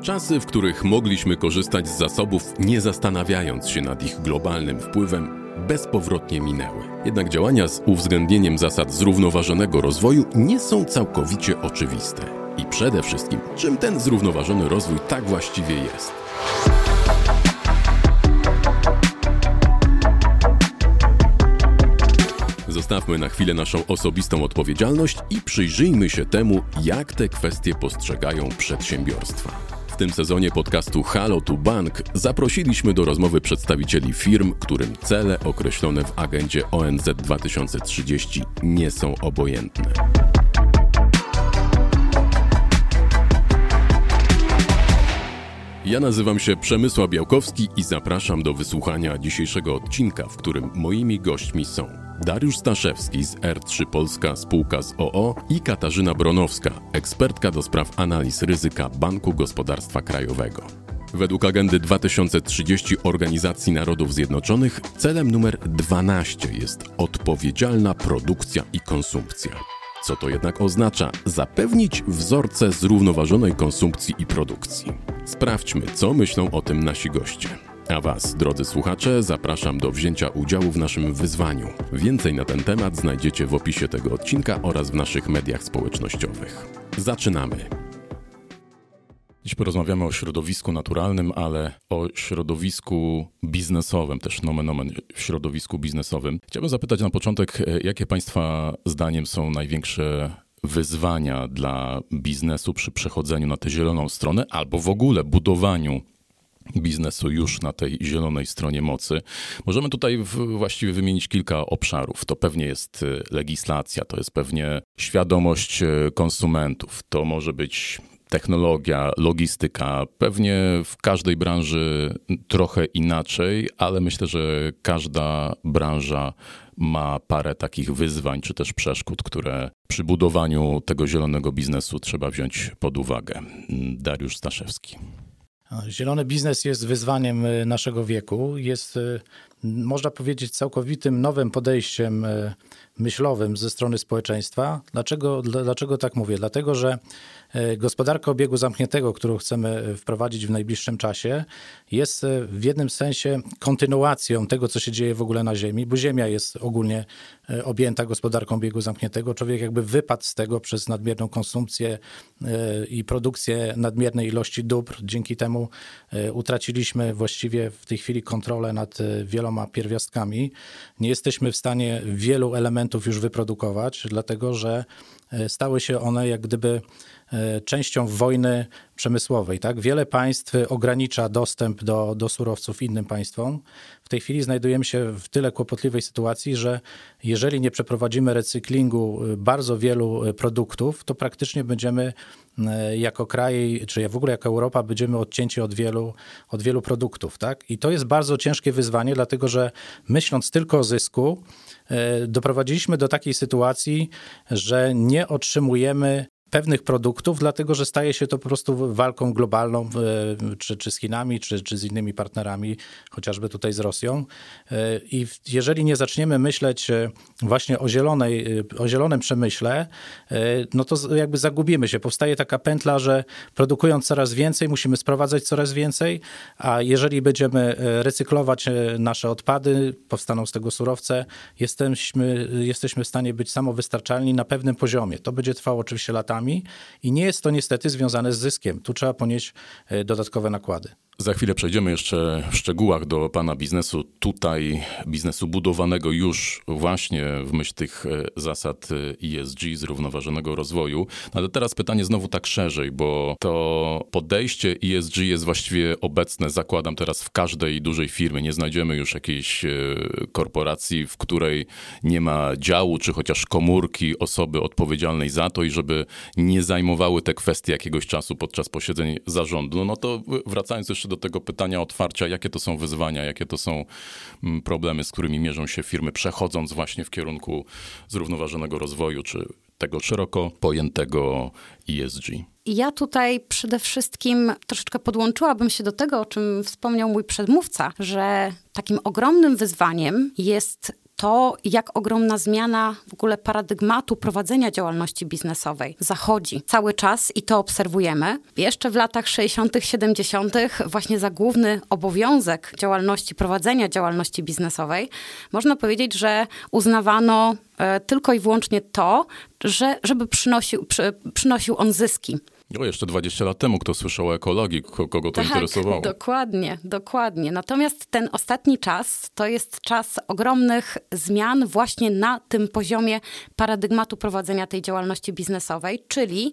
Czasy, w których mogliśmy korzystać z zasobów, nie zastanawiając się nad ich globalnym wpływem, bezpowrotnie minęły. Jednak działania z uwzględnieniem zasad zrównoważonego rozwoju nie są całkowicie oczywiste. I przede wszystkim, czym ten zrównoważony rozwój tak właściwie jest? Zostawmy na chwilę naszą osobistą odpowiedzialność i przyjrzyjmy się temu, jak te kwestie postrzegają przedsiębiorstwa. W tym sezonie podcastu Halo to Bank zaprosiliśmy do rozmowy przedstawicieli firm, którym cele określone w agendzie ONZ 2030 nie są obojętne. Ja nazywam się Przemysław Białkowski i zapraszam do wysłuchania dzisiejszego odcinka, w którym moimi gośćmi są Dariusz Staszewski z R3 Polska Spółka z o.o. i Katarzyna Bronowska, ekspertka do spraw analiz ryzyka Banku Gospodarstwa Krajowego. Według agendy 2030 Organizacji Narodów Zjednoczonych celem numer 12 jest odpowiedzialna produkcja i konsumpcja. Co to jednak oznacza? Zapewnić wzorce zrównoważonej konsumpcji i produkcji. Sprawdźmy, co myślą o tym nasi goście. A Was, drodzy słuchacze, zapraszam do wzięcia udziału w naszym wyzwaniu. Więcej na ten temat znajdziecie w opisie tego odcinka oraz w naszych mediach społecznościowych. Zaczynamy! Dziś porozmawiamy o środowisku naturalnym, ale o środowisku biznesowym, też nomen omen w środowisku biznesowym. Chciałbym zapytać na początek, jakie Państwa zdaniem są największe wyzwania dla biznesu przy przechodzeniu na tę zieloną stronę albo w ogóle budowaniu biznesu już na tej zielonej stronie mocy. Możemy tutaj właściwie wymienić kilka obszarów. To pewnie jest legislacja, to jest pewnie świadomość konsumentów, to może być technologia, logistyka, pewnie w każdej branży trochę inaczej, ale myślę, że każda branża ma parę takich wyzwań czy też przeszkód, które przy budowaniu tego zielonego biznesu trzeba wziąć pod uwagę. Dariusz Staszewski. Zielony biznes jest wyzwaniem naszego wieku. Jest, można powiedzieć, całkowitym nowym podejściem myślowym ze strony społeczeństwa. Dlaczego tak mówię? Dlatego, że gospodarka obiegu zamkniętego, którą chcemy wprowadzić w najbliższym czasie, jest w jednym sensie kontynuacją tego, co się dzieje w ogóle na Ziemi, bo Ziemia jest ogólnie objęta gospodarką obiegu zamkniętego. Człowiek jakby wypadł z tego przez nadmierną konsumpcję i produkcję nadmiernej ilości dóbr. Dzięki temu utraciliśmy właściwie w tej chwili kontrolę nad wieloma pierwiastkami. Nie jesteśmy w stanie wielu elementów już wyprodukować, dlatego że stały się one jak gdyby częścią wojny przemysłowej. Tak? Wiele państw ogranicza dostęp do surowców innym państwom. W tej chwili znajdujemy się w tyle kłopotliwej sytuacji, że jeżeli nie przeprowadzimy recyklingu bardzo wielu produktów, to praktycznie będziemy jako kraj, czy w ogóle jako Europa będziemy odcięci od wielu produktów. Tak? I to jest bardzo ciężkie wyzwanie, dlatego że myśląc tylko o zysku, doprowadziliśmy do takiej sytuacji, że nie otrzymujemy pewnych produktów, dlatego że staje się to po prostu walką globalną, czy z Chinami, czy z innymi partnerami, chociażby tutaj z Rosją. I jeżeli nie zaczniemy myśleć właśnie o zielonym przemyśle, no to jakby zagubimy się. Powstaje taka pętla, że produkując coraz więcej, musimy sprowadzać coraz więcej, a jeżeli będziemy recyklować nasze odpady, powstaną z tego surowce, jesteśmy w stanie być samowystarczalni na pewnym poziomie. To będzie trwało oczywiście latami i nie jest to niestety związane z zyskiem. Tu trzeba ponieść dodatkowe nakłady. Za chwilę przejdziemy jeszcze w szczegółach do pana biznesu. Tutaj biznesu budowanego już właśnie w myśl tych zasad ESG, zrównoważonego rozwoju. No ale teraz pytanie znowu tak szerzej, bo to podejście ESG jest właściwie obecne, zakładam teraz w każdej dużej firmie. Nie znajdziemy już jakiejś korporacji, w której nie ma działu, czy chociaż komórki osoby odpowiedzialnej za to i żeby nie zajmowały te kwestie jakiegoś czasu podczas posiedzeń zarządu. No to wracając jeszcze do tego pytania otwarcia, jakie to są wyzwania, jakie to są problemy, z którymi mierzą się firmy, przechodząc właśnie w kierunku zrównoważonego rozwoju, czy tego szeroko pojętego ESG. Ja tutaj przede wszystkim troszeczkę podłączyłabym się do tego, o czym wspomniał mój przedmówca, że takim ogromnym wyzwaniem jest to, jak ogromna zmiana w ogóle paradygmatu prowadzenia działalności biznesowej zachodzi cały czas i to obserwujemy. Jeszcze w latach 60., 70. właśnie za główny obowiązek prowadzenia działalności biznesowej można powiedzieć, że uznawano tylko i wyłącznie to, żeby przynosił on zyski. Jeszcze 20 lat temu kto słyszał o ekologii, kogo to interesowało. Dokładnie. Natomiast ten ostatni czas to jest czas ogromnych zmian właśnie na tym poziomie paradygmatu prowadzenia tej działalności biznesowej, czyli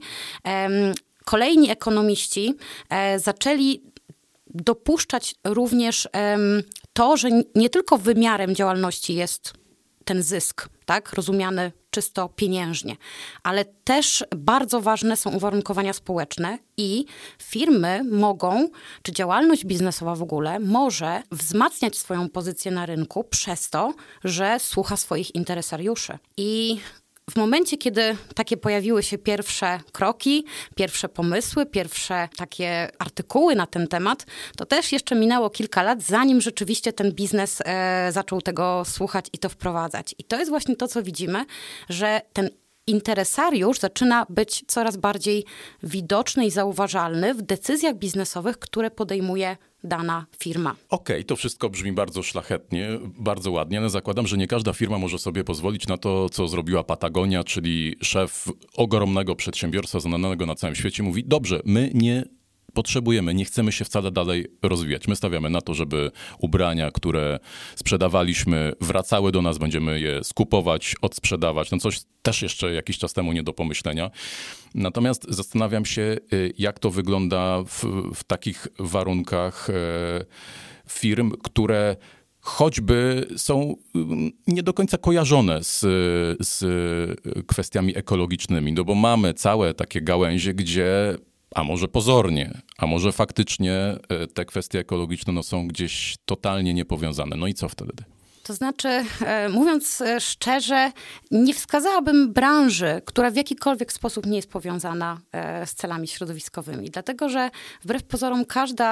kolejni ekonomiści zaczęli dopuszczać również to, że nie tylko wymiarem działalności jest ten zysk, tak, rozumiany czysto pieniężnie, ale też bardzo ważne są uwarunkowania społeczne i firmy mogą, czy działalność biznesowa w ogóle może wzmacniać swoją pozycję na rynku przez to, że słucha swoich interesariuszy. I w momencie, kiedy takie pojawiły się pierwsze kroki, pierwsze pomysły, pierwsze takie artykuły na ten temat, to też jeszcze minęło kilka lat, zanim rzeczywiście ten biznes zaczął tego słuchać i to wprowadzać. I to jest właśnie to, co widzimy, że ten interesariusz zaczyna być coraz bardziej widoczny i zauważalny w decyzjach biznesowych, które podejmuje dana firma. Okej, to wszystko brzmi bardzo szlachetnie, bardzo ładnie, ale zakładam, że nie każda firma może sobie pozwolić na to, co zrobiła Patagonia, czyli szef ogromnego przedsiębiorstwa znanego na całym świecie mówi, dobrze, my nie potrzebujemy, nie chcemy się wcale dalej rozwijać. My stawiamy na to, żeby ubrania, które sprzedawaliśmy, wracały do nas, będziemy je skupować, odsprzedawać. No coś też jeszcze jakiś czas temu nie do pomyślenia. Natomiast zastanawiam się, jak to wygląda w takich warunkach firm, które choćby są nie do końca kojarzone z kwestiami ekologicznymi, no bo mamy całe takie gałęzie, gdzie a może pozornie, a może faktycznie te kwestie ekologiczne są gdzieś totalnie niepowiązane. No i co wtedy? To znaczy, mówiąc szczerze, nie wskazałabym branży, która w jakikolwiek sposób nie jest powiązana z celami środowiskowymi. Dlatego, że wbrew pozorom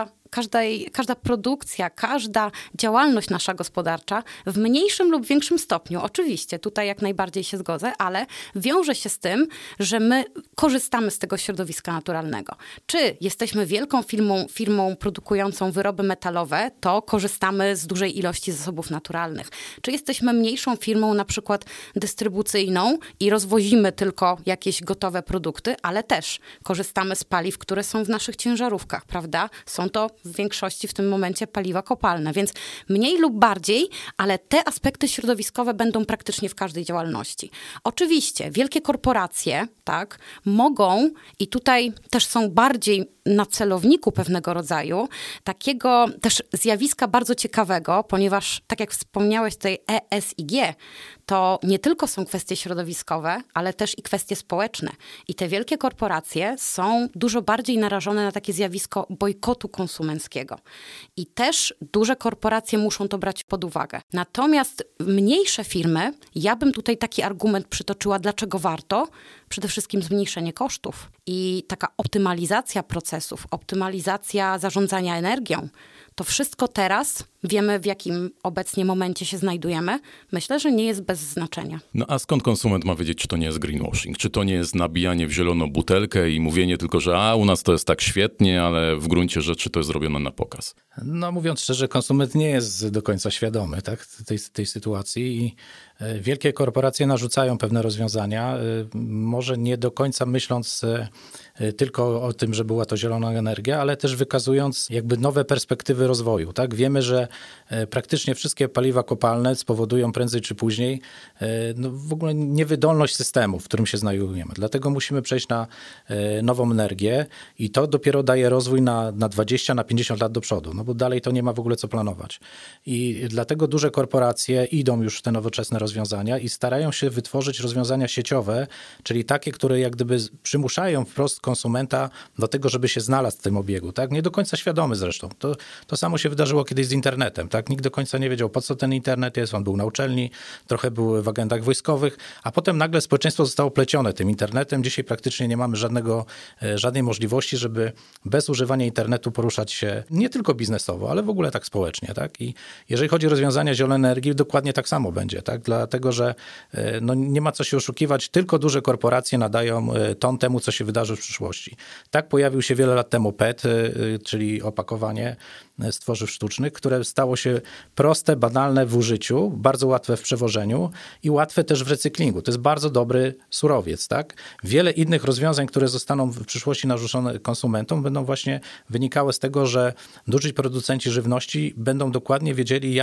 każda produkcja, każda działalność nasza gospodarcza w mniejszym lub większym stopniu, oczywiście, tutaj jak najbardziej się zgodzę, ale wiąże się z tym, że my korzystamy z tego środowiska naturalnego. Czy jesteśmy wielką firmą produkującą wyroby metalowe, to korzystamy z dużej ilości zasobów naturalnych. Czy jesteśmy mniejszą firmą, na przykład dystrybucyjną i rozwozimy tylko jakieś gotowe produkty, ale też korzystamy z paliw, które są w naszych ciężarówkach, prawda? Są to w większości w tym momencie paliwa kopalne, więc mniej lub bardziej, ale te aspekty środowiskowe będą praktycznie w każdej działalności. Oczywiście wielkie korporacje, tak, mogą i tutaj też są bardziej na celowniku pewnego rodzaju, takiego też zjawiska bardzo ciekawego, ponieważ tak jak wspomniałeś tutaj ESG, to nie tylko są kwestie środowiskowe, ale też i kwestie społeczne. I te wielkie korporacje są dużo bardziej narażone na takie zjawisko bojkotu konsumenckiego. I też duże korporacje muszą to brać pod uwagę. Natomiast mniejsze firmy, ja bym tutaj taki argument przytoczyła, dlaczego warto. Przede wszystkim zmniejszenie kosztów i taka optymalizacja procesów, optymalizacja zarządzania energią. To wszystko teraz, wiemy w jakim obecnie momencie się znajdujemy, myślę, że nie jest bez znaczenia. No a skąd konsument ma wiedzieć, czy to nie jest greenwashing? Czy to nie jest nabijanie w zieloną butelkę i mówienie tylko, że u nas to jest tak świetnie, ale w gruncie rzeczy to jest zrobione na pokaz? No mówiąc szczerze, konsument nie jest do końca świadomy tak, tej sytuacji i wielkie korporacje narzucają pewne rozwiązania, może nie do końca myśląc tylko o tym, że była to zielona energia, ale też wykazując jakby nowe perspektywy rozwoju. Tak? Wiemy, że praktycznie wszystkie paliwa kopalne spowodują prędzej czy później w ogóle niewydolność systemu, w którym się znajdujemy. Dlatego musimy przejść na nową energię i to dopiero daje rozwój na 20, na 50 lat do przodu, no bo dalej to nie ma w ogóle co planować. I dlatego duże korporacje idą już w te nowoczesne rozwiązania i starają się wytworzyć rozwiązania sieciowe, czyli takie, które jak gdyby przymuszają wprost konsumenta do tego, żeby się znalazł w tym obiegu, tak? Nie do końca świadomy zresztą. To samo się wydarzyło kiedyś z internetem, tak? Nikt do końca nie wiedział, po co ten internet jest. On był na uczelni, trochę był w agendach wojskowych, a potem nagle społeczeństwo zostało plecione tym internetem. Dzisiaj praktycznie nie mamy żadnej możliwości, żeby bez używania internetu poruszać się nie tylko biznesowo, ale w ogóle tak społecznie, tak? I jeżeli chodzi o rozwiązania zielonej energii, dokładnie tak samo będzie, tak? Dlatego, że nie ma co się oszukiwać, tylko duże korporacje nadają ton temu, co się wydarzy w przyszłości. Tak pojawił się wiele lat temu PET, czyli opakowanie z tworzyw sztucznych, które stało się proste, banalne w użyciu, bardzo łatwe w przewożeniu i łatwe też w recyklingu. To jest bardzo dobry surowiec, tak? Wiele innych rozwiązań, które zostaną w przyszłości narzucone konsumentom, będą właśnie wynikały z tego, że duży producenci żywności będą dokładnie wiedzieli,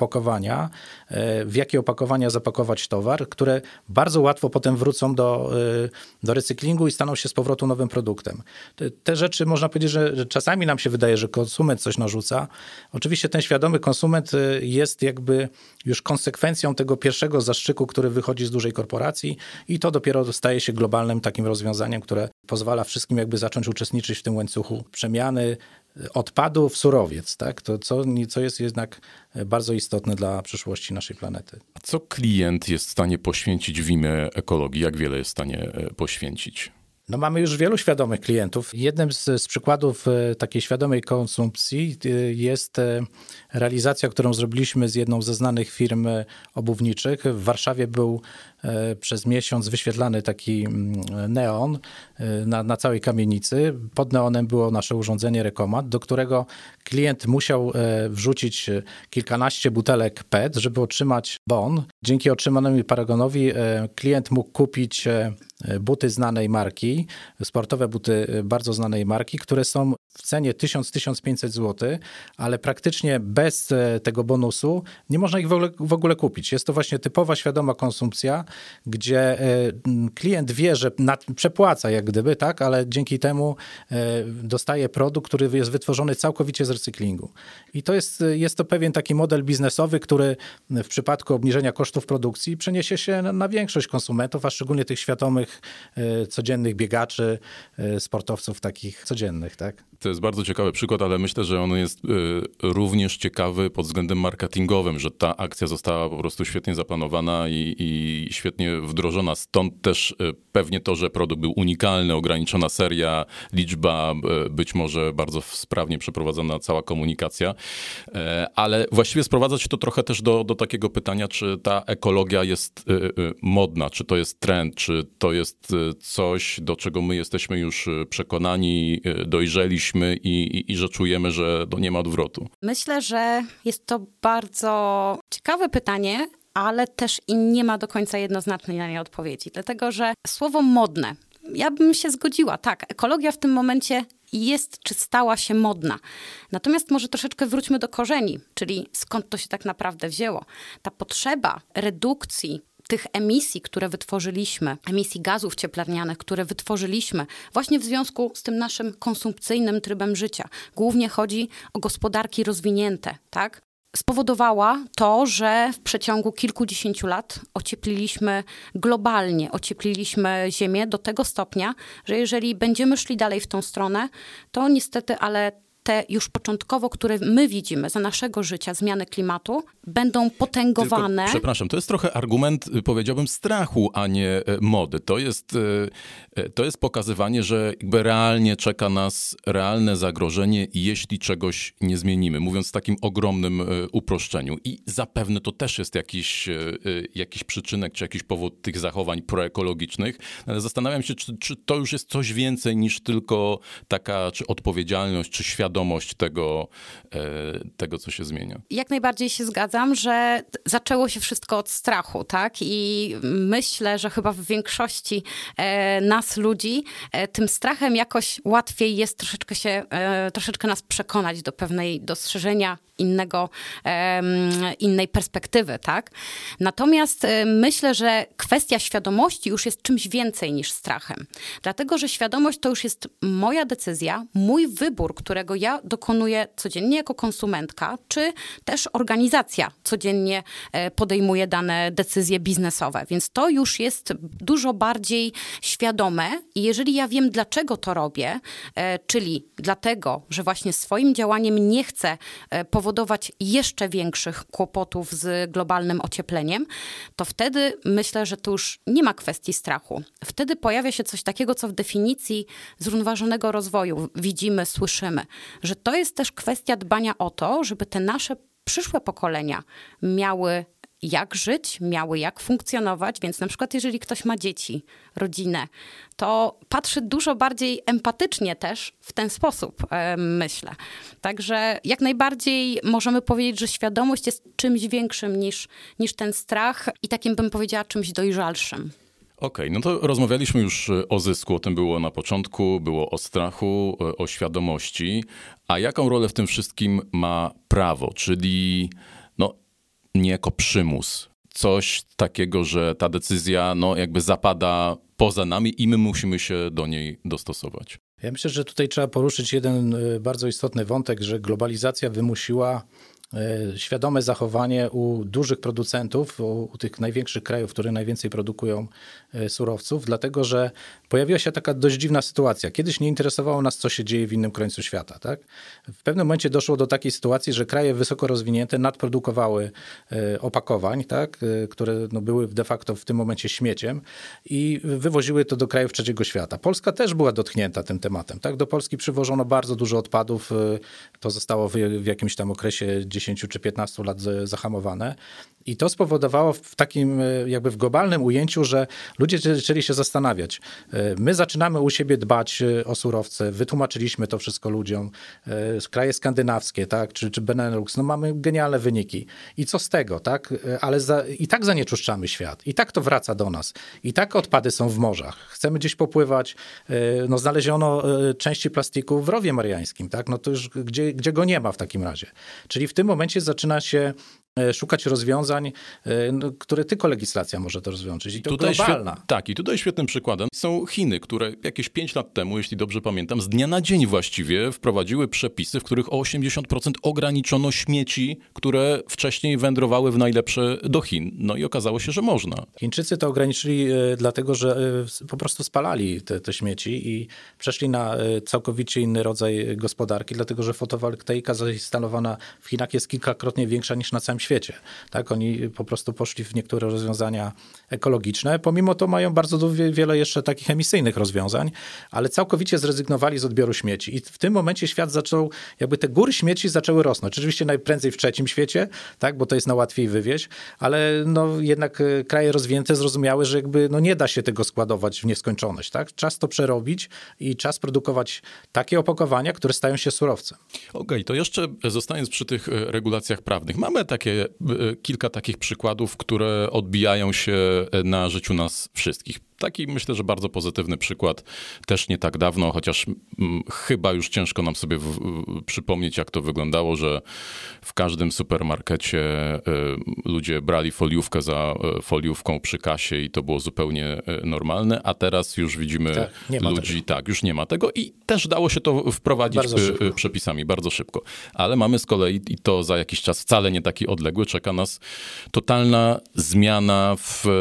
w jakie opakowania zapakować towar, które bardzo łatwo potem wrócą do recyklingu i staną się z powrotem nowym produktem. Te rzeczy można powiedzieć, że czasami nam się wydaje, że konsument coś narzuca. Oczywiście ten świadomy konsument jest jakby już konsekwencją tego pierwszego zastrzyku, który wychodzi z dużej korporacji i to dopiero staje się globalnym takim rozwiązaniem, które pozwala wszystkim jakby zacząć uczestniczyć w tym łańcuchu przemiany odpadu w surowiec, tak? To co jest jednak bardzo istotne dla przyszłości naszej planety. A co klient jest w stanie poświęcić w imię ekologii? Jak wiele jest w stanie poświęcić? Mamy już wielu świadomych klientów. Jednym z przykładów takiej świadomej konsumpcji jest realizacja, którą zrobiliśmy z jedną ze znanych firm obuwniczych. W Warszawie był przez miesiąc wyświetlany taki neon na całej kamienicy. Pod neonem było nasze urządzenie Rekomat, do którego klient musiał wrzucić kilkanaście butelek PET, żeby otrzymać bon. Dzięki otrzymanemu paragonowi klient mógł kupić buty znanej marki, sportowe buty bardzo znanej marki, które są w cenie 1000-1500 zł, ale praktycznie bez tego bonusu nie można ich w ogóle kupić. Jest to właśnie typowa świadoma konsumpcja, gdzie klient wie, że przepłaca jak gdyby, tak, ale dzięki temu dostaje produkt, który jest wytworzony całkowicie z recyklingu. I to jest to pewien taki model biznesowy, który w przypadku obniżenia kosztów produkcji przeniesie się na większość konsumentów, a szczególnie tych świadomych, codziennych biegaczy, sportowców takich codziennych, tak? To jest bardzo ciekawy przykład, ale myślę, że on jest również ciekawy pod względem marketingowym, że ta akcja została po prostu świetnie zaplanowana i świetnie wdrożona. Stąd też pewnie to, że produkt był unikalny, ograniczona seria, liczba, być może bardzo sprawnie przeprowadzona cała komunikacja. Ale właściwie sprowadza się to trochę też do takiego pytania, czy ta ekologia jest modna, czy to jest trend, czy to jest coś, do czego my jesteśmy już przekonani, dojrzeliśmy i że czujemy, że nie ma odwrotu? Myślę, że jest to bardzo ciekawe pytanie, ale też i nie ma do końca jednoznacznej na nie odpowiedzi. Dlatego, że słowo modne, ja bym się zgodziła, tak, ekologia w tym momencie jest czy stała się modna. Natomiast może troszeczkę wróćmy do korzeni, czyli skąd to się tak naprawdę wzięło. Ta potrzeba redukcji tych emisji, które wytworzyliśmy, emisji gazów cieplarnianych, które wytworzyliśmy właśnie w związku z tym naszym konsumpcyjnym trybem życia. Głównie chodzi o gospodarki rozwinięte, tak? Spowodowała to, że w przeciągu kilkudziesięciu lat ociepliliśmy Ziemię do tego stopnia, że jeżeli będziemy szli dalej w tą stronę, to niestety, ale te już początkowo, które my widzimy za naszego życia, zmiany klimatu, będą potęgowane. Tylko, przepraszam, to jest trochę argument, powiedziałbym, strachu, a nie mody. To jest pokazywanie, że jakby realnie czeka nas realne zagrożenie, jeśli czegoś nie zmienimy. Mówiąc w takim ogromnym uproszczeniu. I zapewne to też jest jakiś przyczynek, czy jakiś powód tych zachowań proekologicznych. Ale zastanawiam się, czy to już jest coś więcej niż tylko taka, czy odpowiedzialność, czy świadomość tego, co się zmienia. Jak najbardziej się zgadzam, że zaczęło się wszystko od strachu, tak? I myślę, że chyba w większości nas ludzi tym strachem jakoś łatwiej jest troszeczkę nas przekonać do pewnej dostrzeżenia innej perspektywy, tak? Natomiast myślę, że kwestia świadomości już jest czymś więcej niż strachem. Dlatego, że świadomość to już jest moja decyzja, mój wybór, którego ja dokonuję codziennie jako konsumentka, czy też organizacja codziennie podejmuje dane decyzje biznesowe. Więc to już jest dużo bardziej świadome i jeżeli ja wiem, dlaczego to robię, czyli dlatego, że właśnie swoim działaniem nie chcę powodować jeszcze większych kłopotów z globalnym ociepleniem, to wtedy myślę, że tu już nie ma kwestii strachu. Wtedy pojawia się coś takiego, co w definicji zrównoważonego rozwoju widzimy, słyszymy, że to jest też kwestia dbania o to, żeby te nasze przyszłe pokolenia miały jak żyć, miały jak funkcjonować, więc na przykład jeżeli ktoś ma dzieci, rodzinę, to patrzy dużo bardziej empatycznie też w ten sposób, myślę. Także jak najbardziej możemy powiedzieć, że świadomość jest czymś większym niż ten strach i takim, bym powiedziała, czymś dojrzalszym. Okej, no to rozmawialiśmy już o zysku, o tym było na początku, było o strachu, o świadomości. A jaką rolę w tym wszystkim ma prawo, czyli niejako przymus? Coś takiego, że ta decyzja jakby zapada poza nami i my musimy się do niej dostosować. Ja myślę, że tutaj trzeba poruszyć jeden bardzo istotny wątek, że globalizacja wymusiła świadome zachowanie u dużych producentów, u tych największych krajów, które najwięcej produkują surowców, dlatego że pojawiła się taka dość dziwna sytuacja. Kiedyś nie interesowało nas, co się dzieje w innym końcu świata. Tak? W pewnym momencie doszło do takiej sytuacji, że kraje wysoko rozwinięte nadprodukowały opakowań, tak? Które były de facto w tym momencie śmieciem i wywoziły to do krajów trzeciego świata. Polska też była dotknięta tym tematem. Tak? Do Polski przywożono bardzo dużo odpadów. To zostało w jakimś tam okresie 10 czy 15 lat zahamowane. I to spowodowało w takim jakby w globalnym ujęciu, że ludzie zaczęli się zastanawiać. My zaczynamy u siebie dbać o surowce, wytłumaczyliśmy to wszystko ludziom. Kraje skandynawskie, tak, czy Benelux, mamy genialne wyniki. I co z tego, tak? Ale i tak zanieczyszczamy świat. I tak to wraca do nas. I tak odpady są w morzach. Chcemy gdzieś popływać. Znaleziono części plastiku w Rowie Mariańskim, tak? To już gdzie go nie ma w takim razie. Czyli w tym momencie zaczyna się szukać rozwiązań, które tylko legislacja może to rozwiązać. I to tutaj globalna. Tak, i tutaj świetnym przykładem są Chiny, które jakieś 5 lat temu, jeśli dobrze pamiętam, z dnia na dzień właściwie wprowadziły przepisy, w których o 80% ograniczono śmieci, które wcześniej wędrowały w najlepsze do Chin. I okazało się, że można. Chińczycy to ograniczyli dlatego, że po prostu spalali te śmieci i przeszli na całkowicie inny rodzaj gospodarki, dlatego że fotowoltaika zainstalowana w Chinach jest kilkakrotnie większa niż na całym świecie. Tak, oni po prostu poszli w niektóre rozwiązania ekologiczne. Pomimo to mają bardzo wiele jeszcze takich emisyjnych rozwiązań, ale całkowicie zrezygnowali z odbioru śmieci. I w tym momencie świat zaczął, jakby te góry śmieci zaczęły rosnąć. Oczywiście najprędzej w trzecim świecie, tak, bo to jest łatwiej wywieźć, ale jednak kraje rozwinięte zrozumiały, że jakby nie da się tego składować w nieskończoność. Tak? Czas to przerobić i czas produkować takie opakowania, które stają się surowcem. Okej, to jeszcze zostając przy tych regulacjach prawnych. Mamy kilka takich przykładów, które odbijają się na życiu nas wszystkich. Taki myślę, że bardzo pozytywny przykład też nie tak dawno, chociaż chyba już ciężko nam sobie przypomnieć, jak to wyglądało, że w każdym supermarkecie ludzie brali foliówkę za foliówką przy kasie i to było zupełnie normalne, a teraz już widzimy ludzi, już nie ma tego i też dało się to wprowadzić przepisami bardzo szybko. Ale mamy z kolei, i to za jakiś czas wcale nie taki odległy, czeka nas totalna zmiana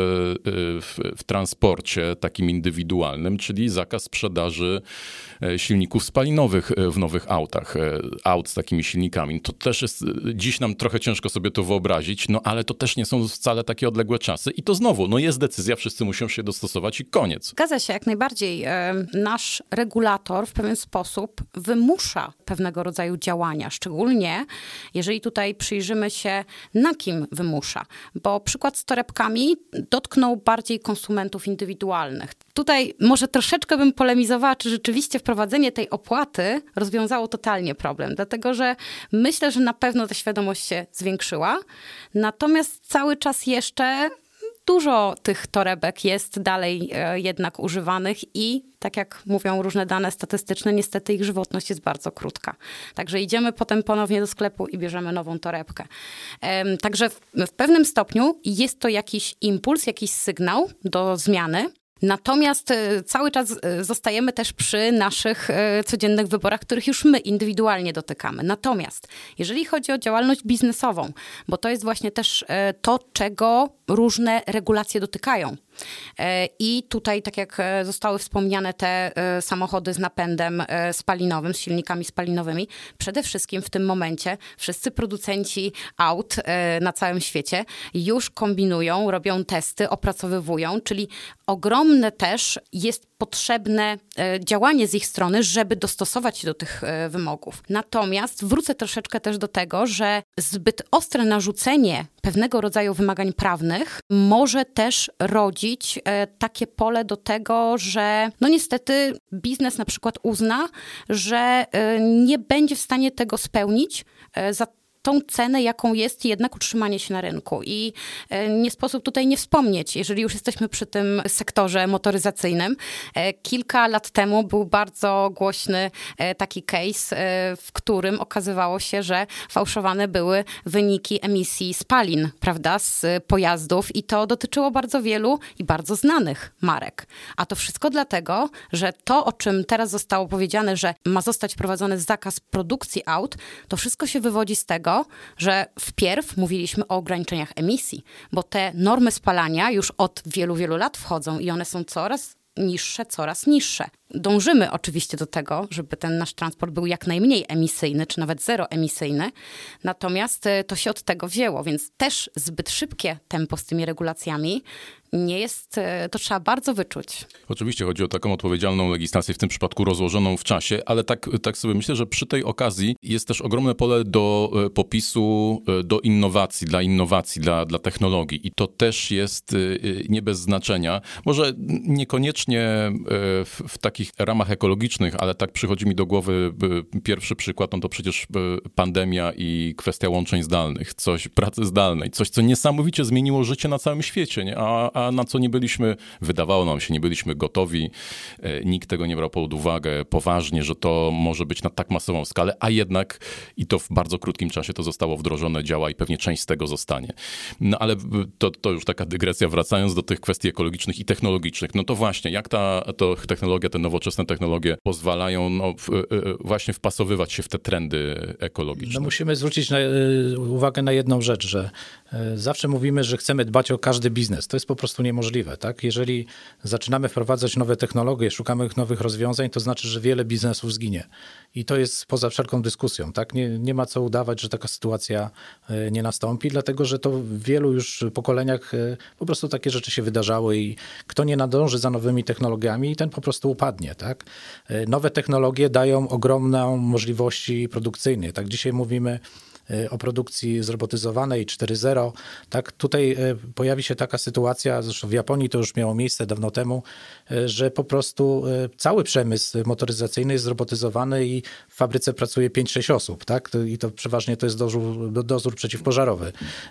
w transporcie takim indywidualnym, czyli zakaz sprzedaży silników spalinowych w nowych autach, aut z takimi silnikami. To też jest, dziś nam trochę ciężko sobie to wyobrazić, ale to też nie są wcale takie odległe czasy i to znowu, jest decyzja, wszyscy muszą się dostosować i koniec. Zgadza się, jak najbardziej. Nasz regulator w pewien sposób wymusza pewnego rodzaju działania, szczególnie jeżeli tutaj przyjrzymy się, na kim wymusza, bo przykład z torebkami dotknął bardziej konsumentów indywidualnych. Tutaj może troszeczkę bym polemizowała, czy rzeczywiście wprowadzenie tej opłaty rozwiązało totalnie problem, dlatego że myślę, że na pewno ta świadomość się zwiększyła, natomiast cały czas jeszcze dużo tych torebek jest dalej jednak używanych i tak jak mówią różne dane statystyczne, niestety ich żywotność jest bardzo krótka. Także idziemy potem ponownie do sklepu i bierzemy nową torebkę. Także w pewnym stopniu jest to jakiś impuls, jakiś sygnał do zmiany. Natomiast cały czas zostajemy też przy naszych codziennych wyborach, których już my indywidualnie dotykamy. Natomiast jeżeli chodzi o działalność biznesową, bo to jest właśnie też to, czego różne regulacje dotykają. I tutaj, tak jak zostały wspomniane te samochody z napędem spalinowym, z silnikami spalinowymi, przede wszystkim w tym momencie wszyscy producenci aut na całym świecie już kombinują, robią testy, opracowywują, czyli ogromne też jest potrzebne działanie z ich strony, żeby dostosować się do tych wymogów. Natomiast wrócę troszeczkę też do tego, że zbyt ostre narzucenie pewnego rodzaju wymagań prawnych może też rodzić takie pole do tego, że no niestety biznes na przykład uzna, że nie będzie w stanie tego spełnić za tą cenę, jaką jest jednak utrzymanie się na rynku. I nie sposób tutaj nie wspomnieć, jeżeli już jesteśmy przy tym sektorze motoryzacyjnym. Kilka lat temu był bardzo głośny taki case, w którym okazywało się, że fałszowane były wyniki emisji spalin, prawda, z pojazdów i to dotyczyło bardzo wielu i bardzo znanych marek. A to wszystko dlatego, że to, o czym teraz zostało powiedziane, że ma zostać wprowadzony zakaz produkcji aut, to wszystko się wywodzi z tego, że wpierw mówiliśmy o ograniczeniach emisji, bo te normy spalania już od wielu, wielu lat wchodzą i one są coraz niższe. Dążymy oczywiście do tego, żeby ten nasz transport był jak najmniej emisyjny, czy nawet zeroemisyjny, natomiast to się od tego wzięło, więc też zbyt szybkie tempo z tymi regulacjami nie jest, to trzeba bardzo wyczuć. Oczywiście chodzi o taką odpowiedzialną legislację, w tym przypadku rozłożoną w czasie, ale tak sobie myślę, że przy tej okazji jest też ogromne pole do popisu, do innowacji, dla technologii i to też jest nie bez znaczenia. Może niekoniecznie w takich ramach ekologicznych, ale tak przychodzi mi do głowy pierwszy przykład, no to przecież pandemia i kwestia łączeń zdalnych, pracy zdalnej, coś, co niesamowicie zmieniło życie na całym świecie, nie? A na co wydawało nam się, nie byliśmy gotowi, nikt tego nie brał pod uwagę poważnie, że to może być na tak masową skalę, a jednak i to w bardzo krótkim czasie to zostało wdrożone, działa i pewnie część z tego zostanie. No ale to już taka dygresja, wracając do tych kwestii ekologicznych i technologicznych, no to właśnie, jak ta technologia, te nowoczesne technologie pozwalają właśnie wpasowywać się w te trendy ekologiczne? No musimy zwrócić uwagę na jedną rzecz, że zawsze mówimy, że chcemy dbać o każdy biznes. To jest po prostu niemożliwe, tak? Jeżeli zaczynamy wprowadzać nowe technologie, szukamy nowych rozwiązań, to znaczy, że wiele biznesów zginie. I to jest poza wszelką dyskusją, tak? Nie ma co udawać, że taka sytuacja nie nastąpi, dlatego że to w wielu już pokoleniach po prostu takie rzeczy się wydarzały i kto nie nadąży za nowymi technologiami, ten po prostu upadnie, tak? Nowe technologie dają ogromne możliwości produkcyjne, tak? Dzisiaj mówimy o produkcji zrobotyzowanej 4.0. Tak, tutaj pojawi się taka sytuacja, zresztą w Japonii to już miało miejsce dawno temu, że po prostu cały przemysł motoryzacyjny jest zrobotyzowany i w fabryce pracuje 5-6 osób. Tak? I to przeważnie to jest dozór przeciwpożarowy.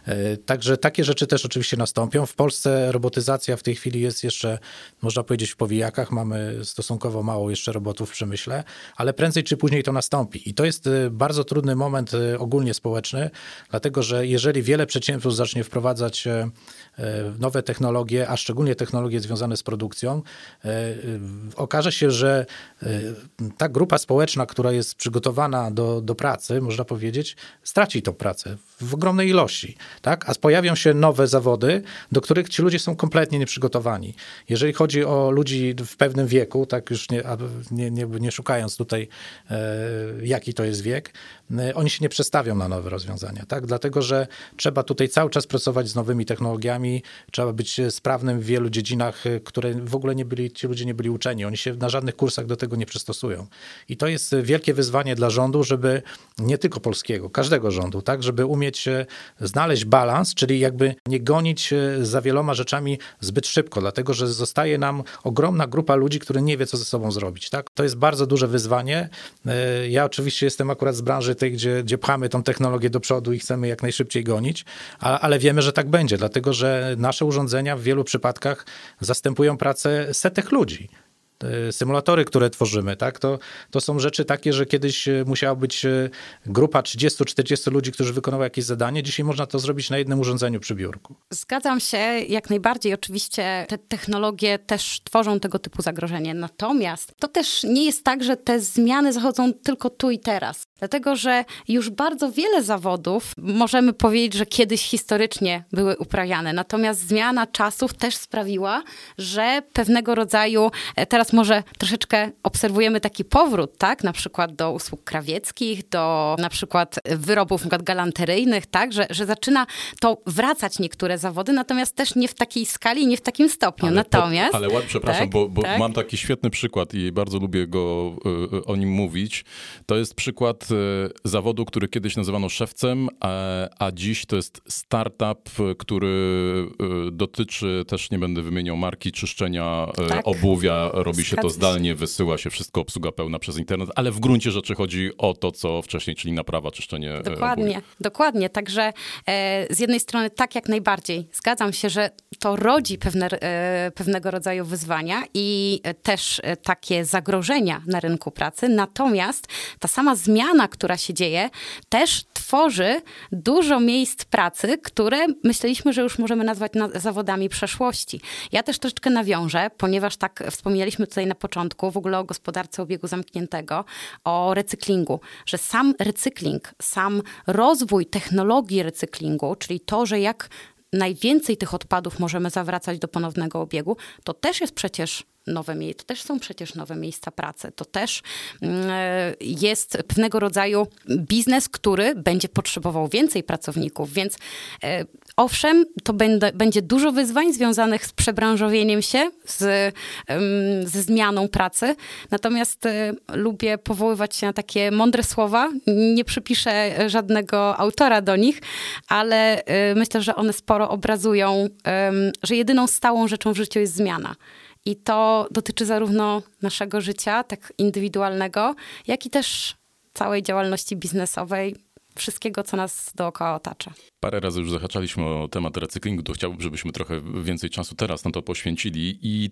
Także takie rzeczy też oczywiście nastąpią. W Polsce robotyzacja w tej chwili jest jeszcze, można powiedzieć, w powijakach. Mamy stosunkowo mało jeszcze robotów w przemyśle, ale prędzej czy później to nastąpi. I to jest bardzo trudny moment ogólnie społeczny, dlatego że jeżeli wiele przedsiębiorstw zacznie wprowadzać nowe technologie, a szczególnie technologie związane z produkcją, okaże się, że ta grupa społeczna, która jest przygotowana do pracy, można powiedzieć, straci tą pracę w ogromnej ilości. Tak? A pojawią się nowe zawody, do których ci ludzie są kompletnie nieprzygotowani. Jeżeli chodzi o ludzi w pewnym wieku, tak już nie szukając tutaj, jaki to jest wiek, oni się nie przestawią na nowe rozwiązania, tak? Dlatego, że trzeba tutaj cały czas pracować z nowymi technologiami, trzeba być sprawnym w wielu dziedzinach, które w ogóle ci ludzie nie byli uczeni. Oni się na żadnych kursach do tego nie przystosują. I to jest wielkie wyzwanie dla rządu, żeby nie tylko polskiego, każdego rządu, tak? Żeby umieć znaleźć balans, czyli jakby nie gonić za wieloma rzeczami zbyt szybko, dlatego, że zostaje nam ogromna grupa ludzi, które nie wie, co ze sobą zrobić, tak? To jest bardzo duże wyzwanie. Ja oczywiście jestem akurat z branży tej, gdzie pchamy tą technologię technologię do przodu i chcemy jak najszybciej gonić, ale wiemy, że tak będzie, dlatego że nasze urządzenia w wielu przypadkach zastępują pracę setek ludzi. Symulatory, które tworzymy, tak? To są rzeczy takie, że kiedyś musiała być grupa 30-40 ludzi, którzy wykonywały jakieś zadanie. Dzisiaj można to zrobić na jednym urządzeniu przy biurku. Zgadzam się jak najbardziej. Oczywiście te technologie też tworzą tego typu zagrożenie. Natomiast to też nie jest tak, że te zmiany zachodzą tylko tu i teraz. Dlatego, że już bardzo wiele zawodów, możemy powiedzieć, że kiedyś historycznie były uprawiane. Natomiast zmiana czasów też sprawiła, że pewnego rodzaju, teraz może troszeczkę obserwujemy taki powrót, tak? Na przykład do usług krawieckich, do na przykład wyrobów na przykład galanteryjnych, tak? Że zaczyna to wracać niektóre zawody, natomiast też nie w takiej skali, nie w takim stopniu. Przepraszam, tak, bo mam taki świetny przykład i bardzo lubię o nim mówić. To jest przykład zawodu, który kiedyś nazywano szewcem, a dziś to jest startup, który dotyczy, też nie będę wymieniał marki, czyszczenia obuwia, robi się to zdalnie, wysyła się wszystko, obsługa pełna przez internet, ale w gruncie rzeczy chodzi o to, co wcześniej, czyli naprawa, czyszczenie obuwia. Dokładnie. Także z jednej strony tak jak najbardziej zgadzam się, że to rodzi pewnego rodzaju wyzwania i też takie zagrożenia na rynku pracy. Natomiast ta sama zmiana, która się dzieje, też tworzy dużo miejsc pracy, które myśleliśmy, że już możemy nazwać zawodami przeszłości. Ja też troszeczkę nawiążę, ponieważ tak wspominaliśmy tutaj na początku w ogóle o gospodarce obiegu zamkniętego, o recyklingu, że sam recykling, sam rozwój technologii recyklingu, czyli to, że jak najwięcej tych odpadów możemy zawracać do ponownego obiegu, to też jest przecież to też są przecież nowe miejsca pracy. To też jest pewnego rodzaju biznes, który będzie potrzebował więcej pracowników, więc owszem, to będzie dużo wyzwań związanych z przebranżowieniem się, ze zmianą pracy. Natomiast lubię powoływać się na takie mądre słowa. Nie przypiszę żadnego autora do nich, ale myślę, że one sporo obrazują, że jedyną stałą rzeczą w życiu jest zmiana. I to dotyczy zarówno naszego życia, tak indywidualnego, jak i też całej działalności biznesowej, wszystkiego, co nas dookoła otacza. Parę razy już zahaczaliśmy o temat recyklingu, to chciałbym, żebyśmy trochę więcej czasu teraz na to poświęcili i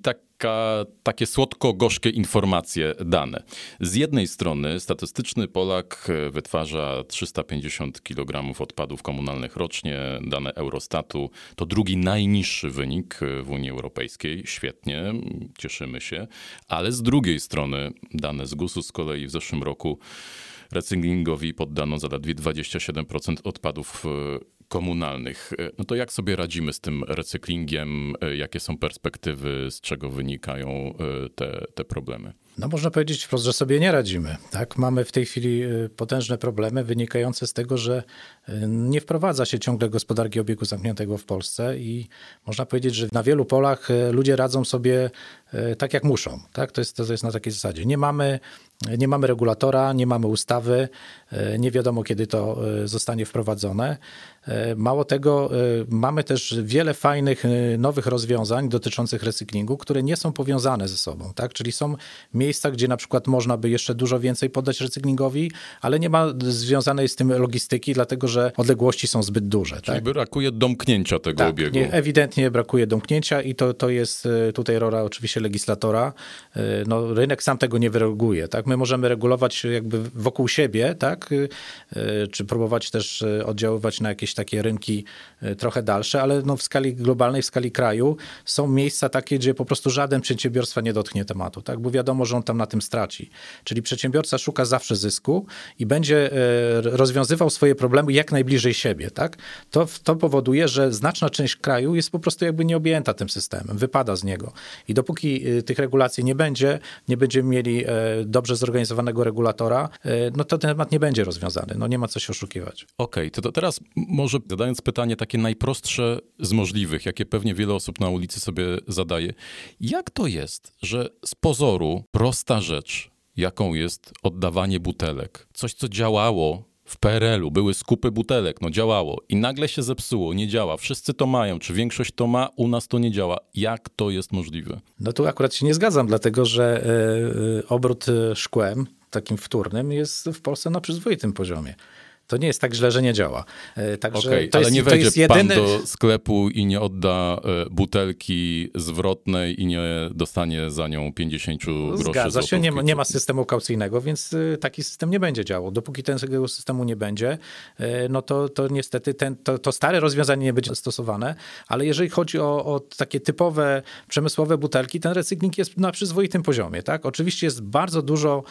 takie słodko-gorzkie informacje dane. Z jednej strony statystyczny Polak wytwarza 350 kg odpadów komunalnych rocznie, dane Eurostatu to drugi najniższy wynik w Unii Europejskiej. Świetnie, cieszymy się, ale z drugiej strony dane z GUS-u z kolei w zeszłym roku recyklingowi poddano zaledwie 27% odpadów komunalnych. No to jak sobie radzimy z tym recyklingiem? Jakie są perspektywy? Z czego wynikają te problemy? No można powiedzieć wprost, że sobie nie radzimy. Tak? Mamy w tej chwili potężne problemy wynikające z tego, że nie wprowadza się ciągle gospodarki obiegu zamkniętego w Polsce i można powiedzieć, że na wielu polach ludzie radzą sobie tak jak muszą. Tak? To jest na takiej zasadzie. Nie mamy regulatora, nie mamy ustawy, nie wiadomo kiedy to zostanie wprowadzone. Mało tego, mamy też wiele fajnych, nowych rozwiązań dotyczących recyklingu, które nie są powiązane ze sobą. Tak? Czyli są miejsca, gdzie na przykład można by jeszcze dużo więcej poddać recyklingowi, ale nie ma związanej z tym logistyki, dlatego że odległości są zbyt duże. Czyli brakuje domknięcia tego obiegu. Ewidentnie brakuje domknięcia i to jest tutaj rola oczywiście legislatora. No, rynek sam tego nie wyreguluje. Tak? My możemy regulować jakby wokół siebie, tak? Czy próbować też oddziaływać na jakieś takie rynki trochę dalsze, ale no w skali globalnej, w skali kraju są miejsca takie, gdzie po prostu żaden przedsiębiorstwa nie dotknie tematu, tak? Bo wiadomo, że on tam na tym straci. Czyli przedsiębiorca szuka zawsze zysku i będzie rozwiązywał swoje problemy jak najbliżej siebie, tak? To powoduje, że znaczna część kraju jest po prostu jakby nieobjęta tym systemem, wypada z niego. I dopóki tych regulacji nie będziemy mieli dobrze zorganizowanego regulatora, no to ten temat nie będzie rozwiązany. No nie ma co się oszukiwać. Okej, to teraz może zadając pytanie takie najprostsze z możliwych, jakie pewnie wiele osób na ulicy sobie zadaje. Jak to jest, że z pozoru prosta rzecz, jaką jest oddawanie butelek, coś co działało w PRL-u, były skupy butelek, no działało i nagle się zepsuło, nie działa. Wszyscy to mają, czy większość to ma, u nas to nie działa. Jak to jest możliwe? No tu akurat się nie zgadzam, dlatego że obrót szkłem, takim wtórnym, jest w Polsce na przyzwoitym poziomie. to nie jest tak źle, że nie działa. Także Okej, to ale jest, nie to wejdzie jest pan jedyny... do sklepu i nie odda butelki zwrotnej i nie dostanie za nią 50 groszy. Zgadza się, złotówki. nie ma systemu kaucyjnego, więc taki system nie będzie działał. Dopóki tego systemu nie będzie, no to niestety to stare rozwiązanie nie będzie stosowane, ale jeżeli chodzi o takie typowe przemysłowe butelki, ten recykling jest na przyzwoitym poziomie. Tak? Oczywiście jest bardzo dużo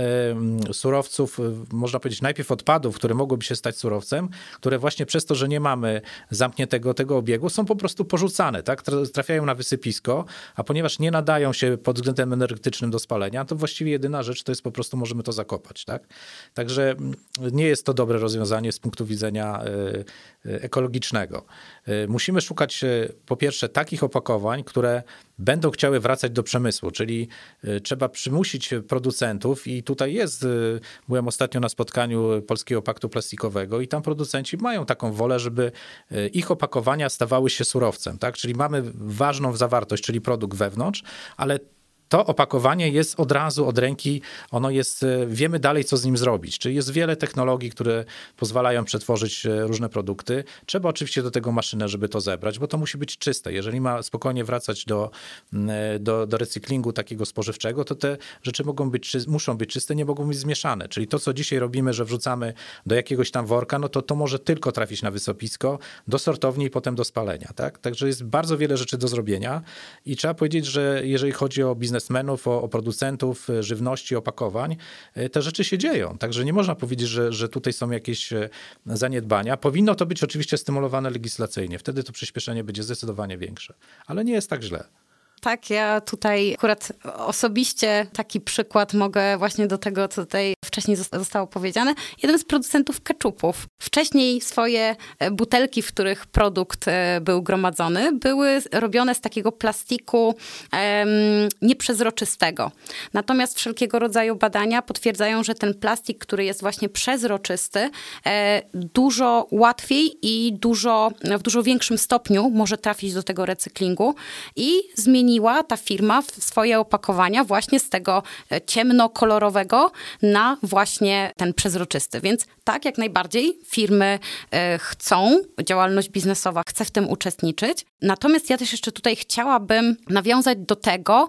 surowców, można powiedzieć najpierw odpadów, które mogłyby się stać surowcem, które właśnie przez to, że nie mamy zamkniętego tego obiegu, są po prostu porzucane. Tak? Trafiają na wysypisko, a ponieważ nie nadają się pod względem energetycznym do spalenia, to właściwie jedyna rzecz to jest po prostu możemy to zakopać. Tak? Także nie jest to dobre rozwiązanie z punktu widzenia ekologicznego. Musimy szukać po pierwsze takich opakowań, które będą chciały wracać do przemysłu, czyli trzeba przymusić producentów i tutaj byłem ostatnio na spotkaniu Polskiego Paktu Plastikowego i tam producenci mają taką wolę, żeby ich opakowania stawały się surowcem, tak? Czyli mamy ważną zawartość, czyli produkt wewnątrz, ale to opakowanie jest od razu, od ręki, wiemy dalej, co z nim zrobić. Czyli jest wiele technologii, które pozwalają przetworzyć różne produkty. Trzeba oczywiście do tego maszynę, żeby to zebrać, bo to musi być czyste. Jeżeli ma spokojnie wracać do recyklingu takiego spożywczego, to te rzeczy muszą być czyste, nie mogą być zmieszane. Czyli to, co dzisiaj robimy, że wrzucamy do jakiegoś tam worka, no to może tylko trafić na wysypisko, do sortowni i potem do spalenia. Tak? Także jest bardzo wiele rzeczy do zrobienia i trzeba powiedzieć, że jeżeli chodzi o biznesmenów, o producentów żywności, opakowań, te rzeczy się dzieją. Także nie można powiedzieć, że tutaj są jakieś zaniedbania. Powinno to być oczywiście stymulowane legislacyjnie. Wtedy to przyspieszenie będzie zdecydowanie większe. Ale nie jest tak źle. Tak, ja tutaj akurat osobiście taki przykład mogę właśnie do tego, co tutaj wcześniej zostało powiedziane. Jeden z producentów keczupów. Wcześniej swoje butelki, w których produkt był gromadzony, były robione z takiego plastiku nieprzezroczystego. Natomiast wszelkiego rodzaju badania potwierdzają, że ten plastik, który jest właśnie przezroczysty, dużo łatwiej i w dużo większym stopniu może trafić do tego recyklingu i zmieniła ta firma swoje opakowania właśnie z tego ciemnokolorowego na właśnie ten przezroczysty. Więc tak, jak najbardziej firmy chcą, działalność biznesowa chce w tym uczestniczyć. Natomiast ja też jeszcze tutaj chciałabym nawiązać do tego,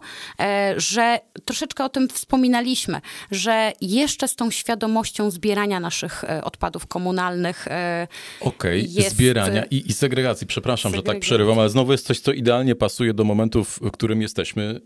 że troszeczkę o tym wspominaliśmy, że jeszcze z tą świadomością zbierania naszych odpadów komunalnych zbierania i segregacji. Przepraszam, że tak przerywam, ale znowu jest coś, co idealnie pasuje do momentu, w którym jesteśmy.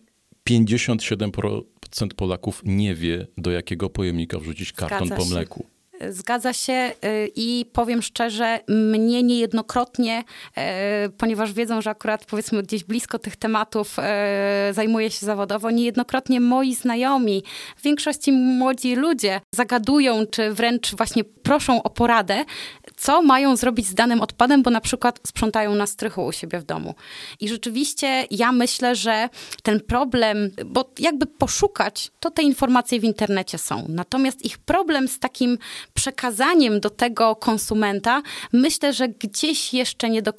57% Polaków nie wie, do jakiego pojemnika wrzucić karton po mleku. Zgadza się i powiem szczerze, mnie niejednokrotnie, ponieważ wiedzą, że akurat powiedzmy gdzieś blisko tych tematów zajmuję się zawodowo, niejednokrotnie moi znajomi, w większości młodzi ludzie zagadują, czy wręcz właśnie proszą o poradę, co mają zrobić z danym odpadem, bo na przykład sprzątają na strychu u siebie w domu. I rzeczywiście ja myślę, że ten problem, bo jakby poszukać, to te informacje w internecie są. Natomiast ich problem z takim przekazaniem do tego konsumenta, myślę, że gdzieś jeszcze nie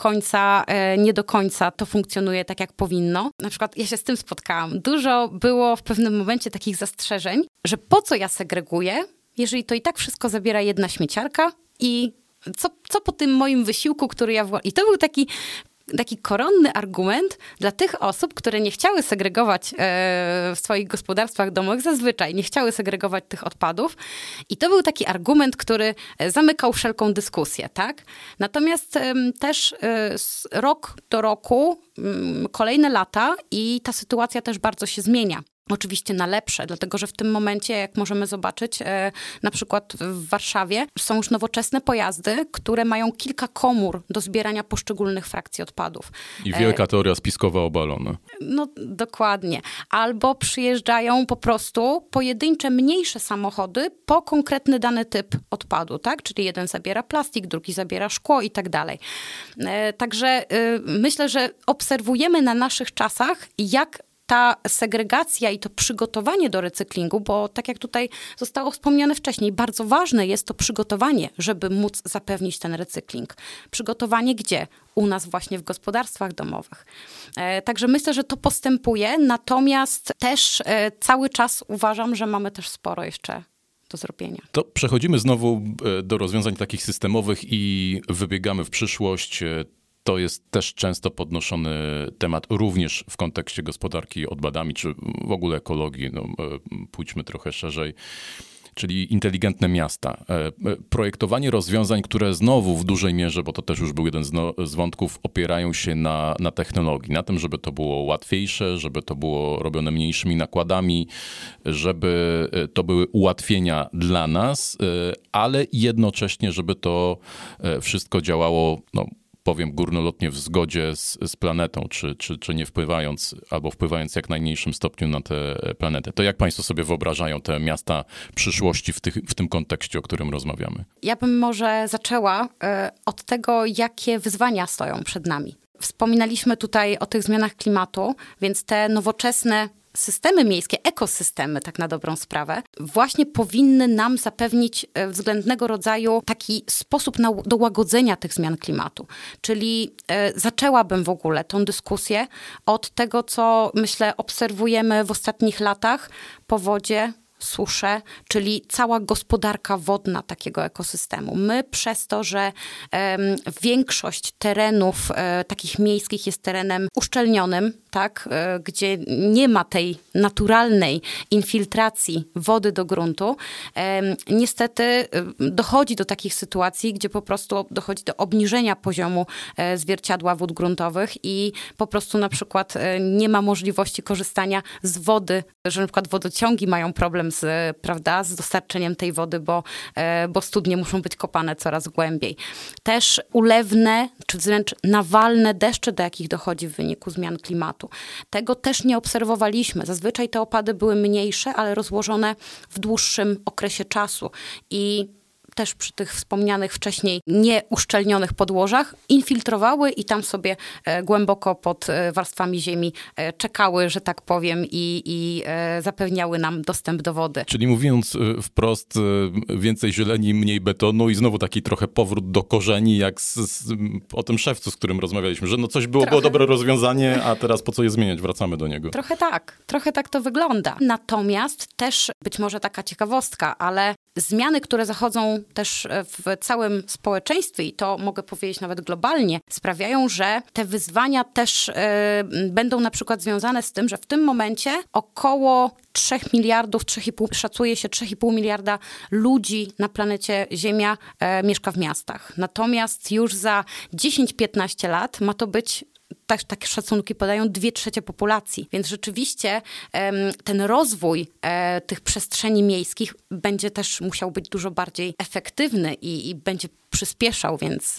do końca to funkcjonuje tak, jak powinno. Na przykład ja się z tym spotkałam. Dużo było w pewnym momencie takich zastrzeżeń, że po co ja segreguję, jeżeli to i tak wszystko zabiera jedna śmieciarka i co po tym moim wysiłku, który ja... I to był taki koronny argument dla tych osób, które nie chciały segregować w swoich gospodarstwach domowych, zazwyczaj nie chciały segregować tych odpadów. I to był taki argument, który zamykał wszelką dyskusję, tak? Natomiast też rok do roku, kolejne lata i ta sytuacja też bardzo się zmienia. Oczywiście na lepsze, dlatego że w tym momencie, jak możemy zobaczyć, na przykład w Warszawie są już nowoczesne pojazdy, które mają kilka komór do zbierania poszczególnych frakcji odpadów. I wielka teoria spiskowa obalona. No dokładnie. Albo przyjeżdżają po prostu pojedyncze, mniejsze samochody po konkretny dany typ odpadu, tak? Czyli jeden zabiera plastik, drugi zabiera szkło i tak dalej. Także myślę, że obserwujemy na naszych czasach, jak ta segregacja i to przygotowanie do recyklingu, bo tak jak tutaj zostało wspomniane wcześniej, bardzo ważne jest to przygotowanie, żeby móc zapewnić ten recykling. Przygotowanie gdzie? U nas właśnie w gospodarstwach domowych. Także myślę, że to postępuje, natomiast też cały czas uważam, że mamy też sporo jeszcze do zrobienia. To przechodzimy znowu do rozwiązań takich systemowych i wybiegamy w przyszłość. To jest też często podnoszony temat również w kontekście gospodarki odpadami, czy w ogóle ekologii. No, pójdźmy trochę szerzej. Czyli inteligentne miasta. Projektowanie rozwiązań, które znowu w dużej mierze, bo to też już był jeden z wątków, opierają się na technologii, na tym, żeby to było łatwiejsze, żeby to było robione mniejszymi nakładami, żeby to były ułatwienia dla nas, ale jednocześnie, żeby to wszystko działało, no, powiem górnolotnie, w zgodzie z planetą, czy nie wpływając, albo wpływając w jak najmniejszym stopniu na tę planetę. To jak państwo sobie wyobrażają te miasta przyszłości w tym kontekście, o którym rozmawiamy? Ja bym może zaczęła od tego, jakie wyzwania stoją przed nami. Wspominaliśmy tutaj o tych zmianach klimatu, więc te nowoczesne systemy miejskie, ekosystemy, tak na dobrą sprawę, właśnie powinny nam zapewnić względnego rodzaju taki sposób do łagodzenia tych zmian klimatu. Czyli zaczęłabym w ogóle tą dyskusję od tego, co myślę obserwujemy w ostatnich latach: powodzie, susze, czyli cała gospodarka wodna takiego ekosystemu. My przez to, że większość terenów takich miejskich jest terenem uszczelnionym, tak, gdzie nie ma tej naturalnej infiltracji wody do gruntu, niestety dochodzi do takich sytuacji, gdzie po prostu dochodzi do obniżenia poziomu zwierciadła wód gruntowych i po prostu na przykład nie ma możliwości korzystania z wody, że na przykład wodociągi mają problem z dostarczeniem tej wody, bo studnie muszą być kopane coraz głębiej. Też ulewne, czy wręcz nawalne deszcze, do jakich dochodzi w wyniku zmian klimatu. Tego też nie obserwowaliśmy. Zazwyczaj te opady były mniejsze, ale rozłożone w dłuższym okresie czasu i też przy tych wspomnianych wcześniej nieuszczelnionych podłożach infiltrowały i tam sobie głęboko pod warstwami ziemi czekały, że tak powiem, i zapewniały nam dostęp do wody. Czyli mówiąc wprost, więcej zieleni, mniej betonu i znowu taki trochę powrót do korzeni, jak o tym szewcu, z którym rozmawialiśmy, że no coś było dobre rozwiązanie, a teraz po co je zmieniać? Wracamy do niego. Trochę tak to wygląda. Natomiast też być może taka ciekawostka, ale zmiany, które zachodzą też w całym społeczeństwie, i to mogę powiedzieć nawet globalnie, sprawiają, że te wyzwania też będą na przykład związane z tym, że w tym momencie około 3 miliardów, szacuje się 3,5 miliarda ludzi na planecie Ziemia mieszka w miastach. Natomiast już za 10-15 lat ma to być, takie szacunki podają, 2/3 populacji. Więc rzeczywiście ten rozwój tych przestrzeni miejskich będzie też musiał być dużo bardziej efektywny i będzie przyspieszał,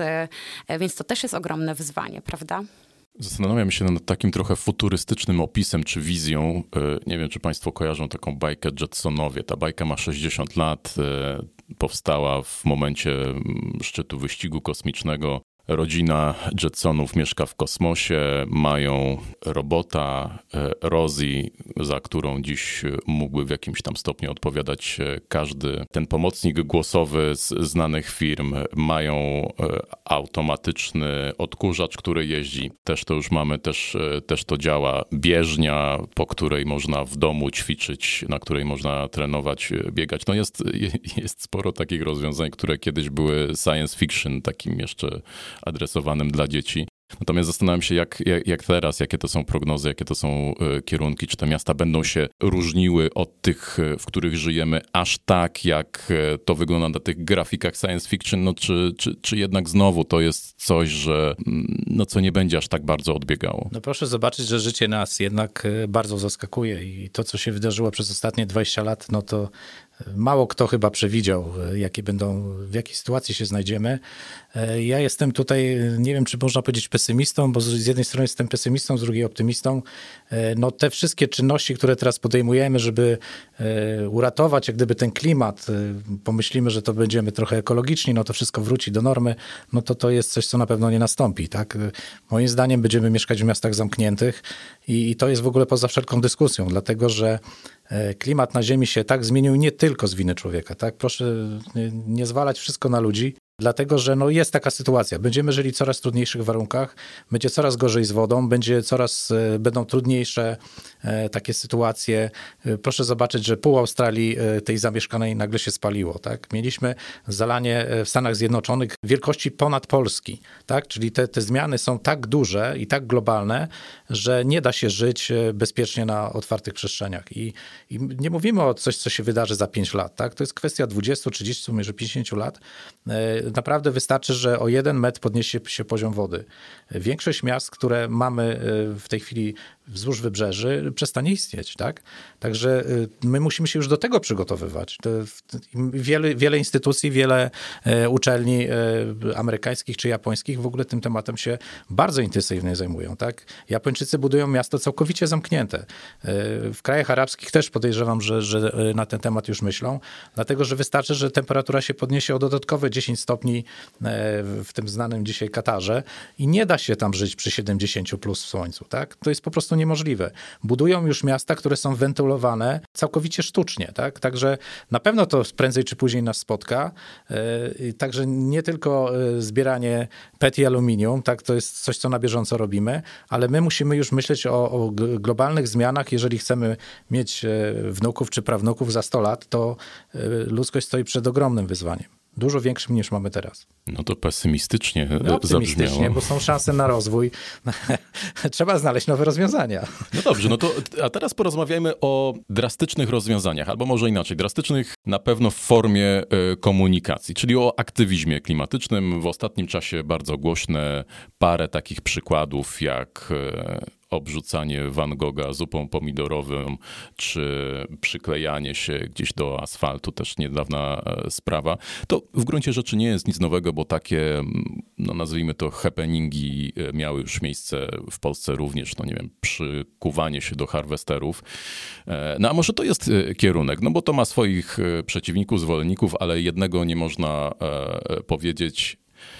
więc to też jest ogromne wyzwanie, prawda? Zastanawiam się nad takim trochę futurystycznym opisem czy wizją. Nie wiem, czy państwo kojarzą taką bajkę Jetsonowie. Ta bajka ma 60 lat, powstała w momencie szczytu wyścigu kosmicznego. Rodzina Jetsonów mieszka w kosmosie, mają robota Rosie, za którą dziś mógłby w jakimś tam stopniu odpowiadać każdy ten pomocnik głosowy z znanych firm. Mają automatyczny odkurzacz, który jeździ. Też to już mamy, też to działa. Bieżnia, po której można w domu ćwiczyć, na której można trenować, biegać. No jest sporo takich rozwiązań, które kiedyś były science fiction, takim jeszcze adresowanym dla dzieci. Natomiast zastanawiam się, jak teraz, jakie to są prognozy, jakie to są kierunki, czy te miasta będą się różniły od tych, w których żyjemy, aż tak, jak to wygląda na tych grafikach science fiction, no czy jednak znowu to jest coś, że no co nie będzie aż tak bardzo odbiegało. No proszę zobaczyć, że życie nas jednak bardzo zaskakuje i to, co się wydarzyło przez ostatnie 20 lat, no to mało kto chyba przewidział, w jakiej sytuacji się znajdziemy. Ja jestem tutaj, nie wiem, czy można powiedzieć pesymistą, bo z jednej strony jestem pesymistą, z drugiej optymistą. No te wszystkie czynności, które teraz podejmujemy, żeby uratować jak gdyby ten klimat, pomyślimy, że to będziemy trochę ekologiczni, no to wszystko wróci do normy, no to jest coś, co na pewno nie nastąpi, tak? Moim zdaniem będziemy mieszkać w miastach zamkniętych i to jest w ogóle poza wszelką dyskusją, dlatego że klimat na Ziemi się tak zmienił nie tylko z winy człowieka, tak? Proszę nie zwalać wszystko na ludzi, dlatego że no jest taka sytuacja. Będziemy żyli w coraz trudniejszych warunkach, będzie coraz gorzej z wodą, będą trudniejsze takie sytuacje. Proszę zobaczyć, że pół Australii tej zamieszkanej nagle się spaliło. Tak? Mieliśmy zalanie w Stanach Zjednoczonych wielkości ponad Polski. Tak? Czyli te zmiany są tak duże i tak globalne, że nie da się żyć bezpiecznie na otwartych przestrzeniach. I nie mówimy o coś, co się wydarzy za 5 lat. Tak? To jest kwestia 20, 30, może 50 lat. Naprawdę wystarczy, że o 1 metr podniesie się poziom wody. Większość miast, które mamy w tej chwili wzdłuż wybrzeży, przestanie istnieć. Tak? Także my musimy się już do tego przygotowywać. Wiele instytucji, wiele uczelni amerykańskich czy japońskich w ogóle tym tematem się bardzo intensywnie zajmują. Tak? Japończycy budują miasto całkowicie zamknięte. W krajach arabskich też podejrzewam, że na ten temat już myślą, dlatego że wystarczy, że temperatura się podniesie o dodatkowe 10 stopni w tym znanym dzisiaj Katarze i nie da się tam żyć przy 70 plus w słońcu. Tak? To jest po prostu niemożliwe. Budują już miasta, które są wentylowane całkowicie sztucznie. Tak? Także na pewno to prędzej czy później nas spotka. Także nie tylko zbieranie PET i aluminium, tak? To jest coś, co na bieżąco robimy, ale my musimy już myśleć o globalnych zmianach. Jeżeli chcemy mieć wnuków czy prawnuków za 100 lat, to ludzkość stoi przed ogromnym wyzwaniem. Dużo większym niż mamy teraz. No to pesymistycznie optymistycznie, zabrzmiało. bo są szanse na rozwój. Trzeba znaleźć nowe rozwiązania. No dobrze, no to a teraz porozmawiajmy o drastycznych rozwiązaniach, albo może inaczej, drastycznych na pewno w formie komunikacji, czyli o aktywizmie klimatycznym. W ostatnim czasie bardzo głośne parę takich przykładów, jak obrzucanie Van Gogha zupą pomidorową, czy przyklejanie się gdzieś do asfaltu, też niedawna sprawa. To w gruncie rzeczy nie jest nic nowego, bo takie, no nazwijmy to happeningi miały już miejsce w Polsce również, no nie wiem, przykuwanie się do harwesterów. No a może to jest kierunek, no bo to ma swoich przeciwników, zwolenników, ale jednego nie można powiedzieć.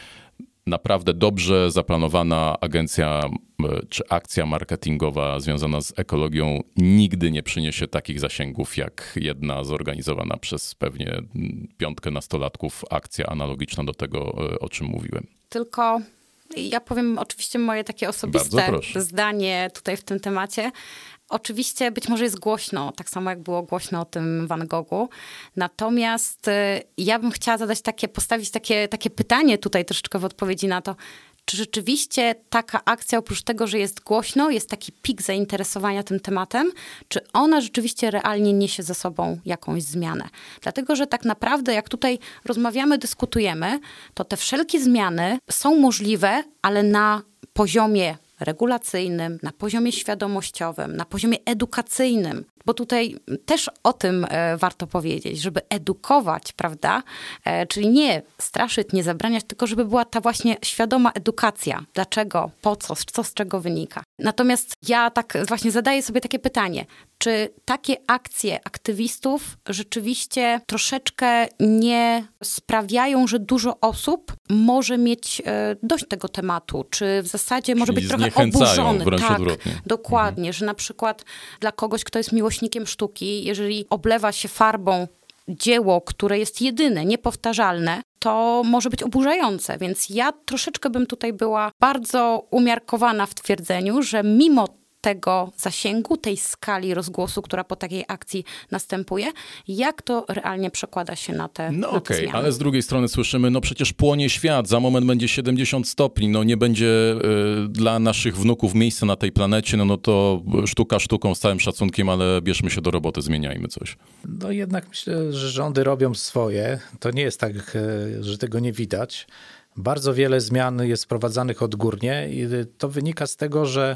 Naprawdę dobrze zaplanowana agencja czy akcja marketingowa związana z ekologią nigdy nie przyniesie takich zasięgów jak jedna zorganizowana przez pewnie 5 nastolatków akcja analogiczna do tego, o czym mówiłem. Tylko ja powiem oczywiście moje takie osobiste zdanie tutaj w tym temacie. Oczywiście być może jest głośno, tak samo jak było głośno o tym Van Goghu. Natomiast ja bym chciała postawić takie pytanie tutaj troszeczkę w odpowiedzi na to, czy rzeczywiście taka akcja, oprócz tego, że jest głośno, jest taki pik zainteresowania tym tematem, czy ona rzeczywiście realnie niesie ze sobą jakąś zmianę? Dlatego, że tak naprawdę jak tutaj rozmawiamy, dyskutujemy, to te wszelkie zmiany są możliwe, ale na poziomie regulacyjnym, na poziomie świadomościowym, na poziomie edukacyjnym. Bo tutaj też o tym warto powiedzieć, żeby edukować, prawda? Czyli nie straszyć, nie zabraniać, tylko żeby była ta właśnie świadoma edukacja. Dlaczego, po co z czego wynika. Natomiast ja tak właśnie zadaję sobie takie pytanie, czy takie akcje aktywistów rzeczywiście troszeczkę nie sprawiają, że dużo osób może mieć dość tego tematu, czy w zasadzie może być trochę oburzony. Wręcz tak, odwrotnie. Dokładnie, że na przykład dla kogoś, kto jest miłośnikiem sztuki, jeżeli oblewa się farbą dzieło, które jest jedyne, niepowtarzalne, to może być oburzające. Więc ja troszeczkę bym tutaj była bardzo umiarkowana w twierdzeniu, że mimo tego zasięgu, tej skali rozgłosu, która po takiej akcji następuje, jak to realnie przekłada się na te No okej, zmiany. ale z drugiej strony słyszymy, no przecież płonie świat, za moment będzie 70 stopni, no nie będzie dla naszych wnuków miejsca na tej planecie, no to sztuka sztuką, z całym szacunkiem, ale bierzmy się do roboty, zmieniajmy coś. No jednak myślę, że rządy robią swoje. To nie jest tak, że tego nie widać. Bardzo wiele zmian jest wprowadzanych odgórnie i to wynika z tego, że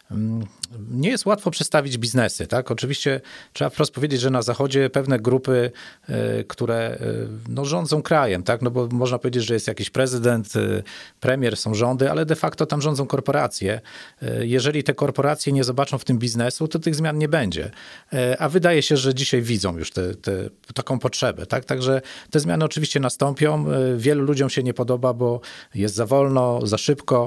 nie jest łatwo przestawić biznesy. Tak? Oczywiście trzeba wprost powiedzieć, że na Zachodzie pewne grupy, które rządzą krajem, tak? No bo można powiedzieć, że jest jakiś prezydent, premier, są rządy, ale de facto tam rządzą korporacje. Jeżeli te korporacje nie zobaczą w tym biznesu, to tych zmian nie będzie. A wydaje się, że dzisiaj widzą już taką potrzebę. Tak? Także te zmiany oczywiście nastąpią. Wielu ludziom się nie podoba, bo jest za wolno, za szybko.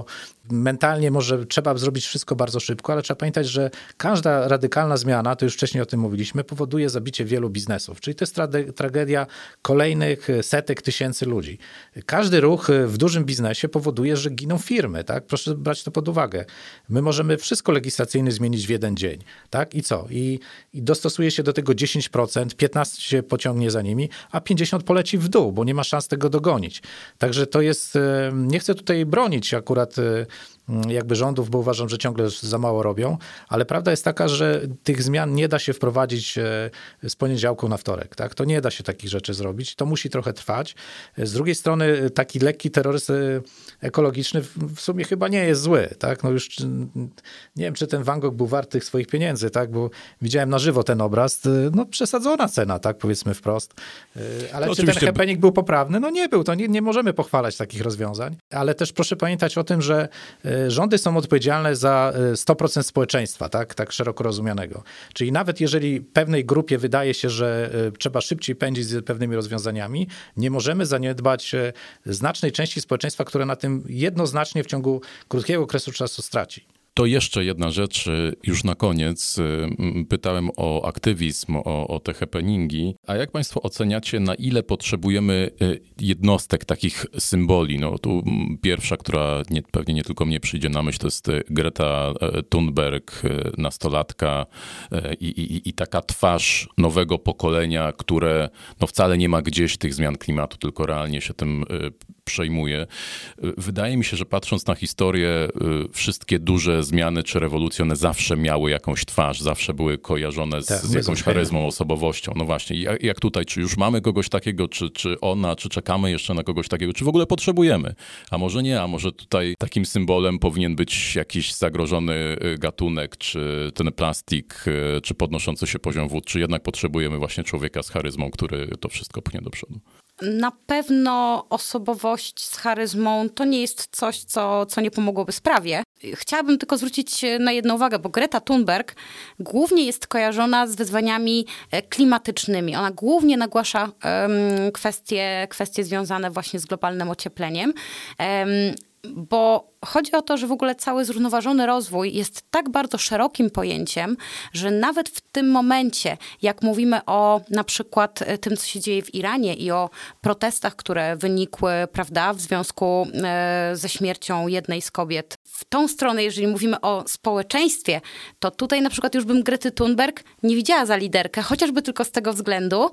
mentalnie może trzeba zrobić wszystko bardzo szybko, ale trzeba pamiętać, że każda radykalna zmiana, to już wcześniej o tym mówiliśmy, powoduje zabicie wielu biznesów. Czyli to jest tragedia kolejnych setek tysięcy ludzi. Każdy ruch w dużym biznesie powoduje, że giną firmy. Tak? Proszę brać to pod uwagę. My możemy wszystko legislacyjne zmienić w jeden dzień. Tak? I co? I dostosuje się do tego 10%, 15% się pociągnie za nimi, a 50% poleci w dół, bo nie ma szans tego dogonić. Także to jest, nie chcę tutaj bronić akurat jakby rządów, bo uważam, że ciągle za mało robią, ale prawda jest taka, że tych zmian nie da się wprowadzić z poniedziałku na wtorek. Tak? To nie da się takich rzeczy zrobić. To musi trochę trwać. Z drugiej strony taki lekki terroryzm ekologiczny w sumie chyba nie jest zły. Tak? No już nie wiem, czy ten Van Gogh był wart tych swoich pieniędzy, tak? Bo widziałem na żywo ten obraz. No przesadzona cena, tak powiedzmy wprost. Ale no, czy ten happening był poprawny? No nie był. To nie możemy pochwalać takich rozwiązań. Ale też proszę pamiętać o tym, że rządy są odpowiedzialne za 100% społeczeństwa, tak szeroko rozumianego. Czyli nawet jeżeli pewnej grupie wydaje się, że trzeba szybciej pędzić z pewnymi rozwiązaniami, nie możemy zaniedbać znacznej części społeczeństwa, które na tym jednoznacznie w ciągu krótkiego okresu czasu straci. To jeszcze jedna rzecz, już na koniec. Pytałem o aktywizm, o te happeningi. A jak państwo oceniacie, na ile potrzebujemy jednostek, takich symboli? No tu pierwsza, która pewnie nie tylko mnie przyjdzie na myśl, to jest Greta Thunberg, nastolatka i taka twarz nowego pokolenia, które no wcale nie ma gdzieś tych zmian klimatu, tylko realnie się tym przejmuje. Wydaje mi się, że patrząc na historię, wszystkie duże zmiany czy rewolucje, one zawsze miały jakąś twarz, zawsze były kojarzone z jakąś charyzmą, osobowością. No właśnie, jak tutaj, czy już mamy kogoś takiego, czy czekamy jeszcze na kogoś takiego, czy w ogóle potrzebujemy? A może nie, a może tutaj takim symbolem powinien być jakiś zagrożony gatunek, czy ten plastik, czy podnoszący się poziom wód, czy jednak potrzebujemy właśnie człowieka z charyzmą, który to wszystko pchnie do przodu? Na pewno osobowość z charyzmą to nie jest coś, co nie pomogłoby sprawie. Chciałabym tylko zwrócić na jedną uwagę, bo Greta Thunberg głównie jest kojarzona z wyzwaniami klimatycznymi. Ona głównie nagłasza kwestie związane właśnie z globalnym ociepleniem. Bo chodzi o to, że w ogóle cały zrównoważony rozwój jest tak bardzo szerokim pojęciem, że nawet w tym momencie, jak mówimy o na przykład tym, co się dzieje w Iranie i o protestach, które wynikły, prawda, w związku ze śmiercią jednej z kobiet, w tą stronę, jeżeli mówimy o społeczeństwie, to tutaj na przykład już bym Grety Thunberg nie widziała za liderkę, chociażby tylko z tego względu,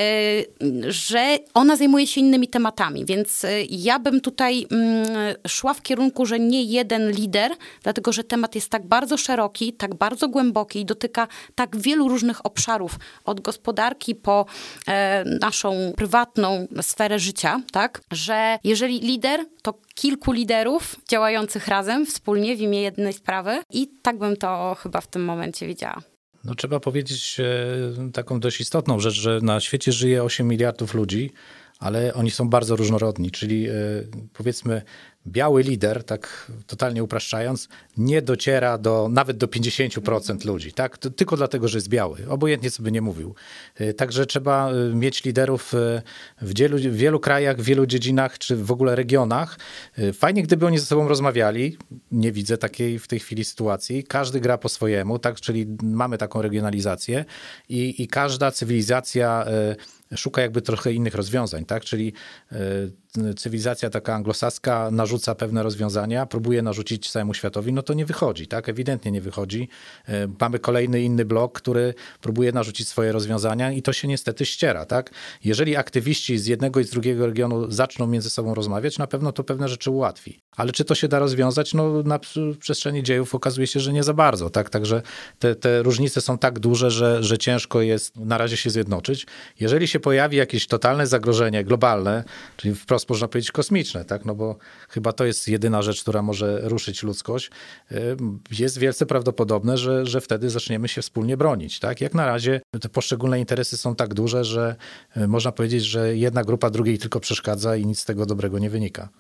że ona zajmuje się innymi tematami, więc ja bym tutaj szła w kierunku, że nie jeden lider, dlatego że temat jest tak bardzo szeroki, tak bardzo głęboki i dotyka tak wielu różnych obszarów, od gospodarki po naszą prywatną sferę życia, tak, że jeżeli lider, to kilku liderów działających razem, wspólnie w imię jednej sprawy i tak bym to chyba w tym momencie widziała. No trzeba powiedzieć taką dość istotną rzecz, że na świecie żyje 8 miliardów ludzi, ale oni są bardzo różnorodni, czyli powiedzmy biały lider, tak totalnie upraszczając, nie dociera nawet do 50% ludzi, tak? Tylko dlatego, że jest biały, obojętnie co by nie mówił. Także trzeba mieć liderów w wielu krajach, w wielu dziedzinach, czy w ogóle regionach. Fajnie, gdyby oni ze sobą rozmawiali. Nie widzę takiej w tej chwili sytuacji. Każdy gra po swojemu, tak? Czyli mamy taką regionalizację i każda cywilizacja szuka jakby trochę innych rozwiązań, tak? Czyli cywilizacja taka anglosaska narzuca pewne rozwiązania, próbuje narzucić całemu światowi, no to nie wychodzi, tak? Ewidentnie nie wychodzi. Mamy kolejny inny blok, który próbuje narzucić swoje rozwiązania i to się niestety ściera, tak? Jeżeli aktywiści z jednego i z drugiego regionu zaczną między sobą rozmawiać, na pewno to pewne rzeczy ułatwi. Ale czy to się da rozwiązać? No na przestrzeni dziejów okazuje się, że nie za bardzo, tak? Także te różnice są tak duże, że ciężko jest na razie się zjednoczyć. Jeżeli się pojawi jakieś totalne zagrożenie globalne, czyli wprost można powiedzieć kosmiczne, tak? No bo chyba to jest jedyna rzecz, która może ruszyć ludzkość, jest wielce prawdopodobne, że wtedy zaczniemy się wspólnie bronić, tak? Jak na razie te poszczególne interesy są tak duże, że można powiedzieć, że jedna grupa drugiej tylko przeszkadza i nic z tego dobrego nie wynika.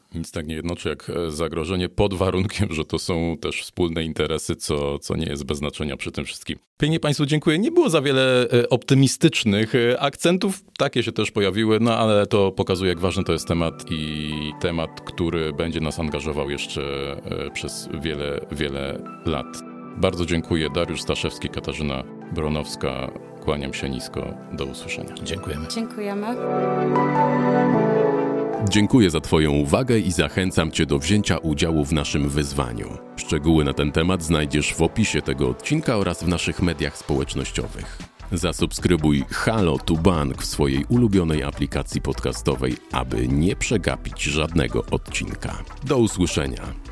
Nic tak nie jednoczy jak zagrożenie pod warunkiem, że to są też wspólne interesy, co nie jest bez znaczenia przy tym wszystkim. Pięknie Państwu dziękuję. Nie było za wiele optymistycznych akcentów. Takie się też pojawiły, no ale to pokazuje, jak ważny to jest temat i temat, który będzie nas angażował jeszcze przez wiele, wiele lat. Bardzo dziękuję. Dariusz Staszewski, Katarzyna Bronowska. Kłaniam się nisko. Do usłyszenia. Dziękujemy. Dziękujemy. Dziękuję za Twoją uwagę i zachęcam Cię do wzięcia udziału w naszym wyzwaniu. Szczegóły na ten temat znajdziesz w opisie tego odcinka oraz w naszych mediach społecznościowych. Zasubskrybuj Halo to Bank w swojej ulubionej aplikacji podcastowej, aby nie przegapić żadnego odcinka. Do usłyszenia.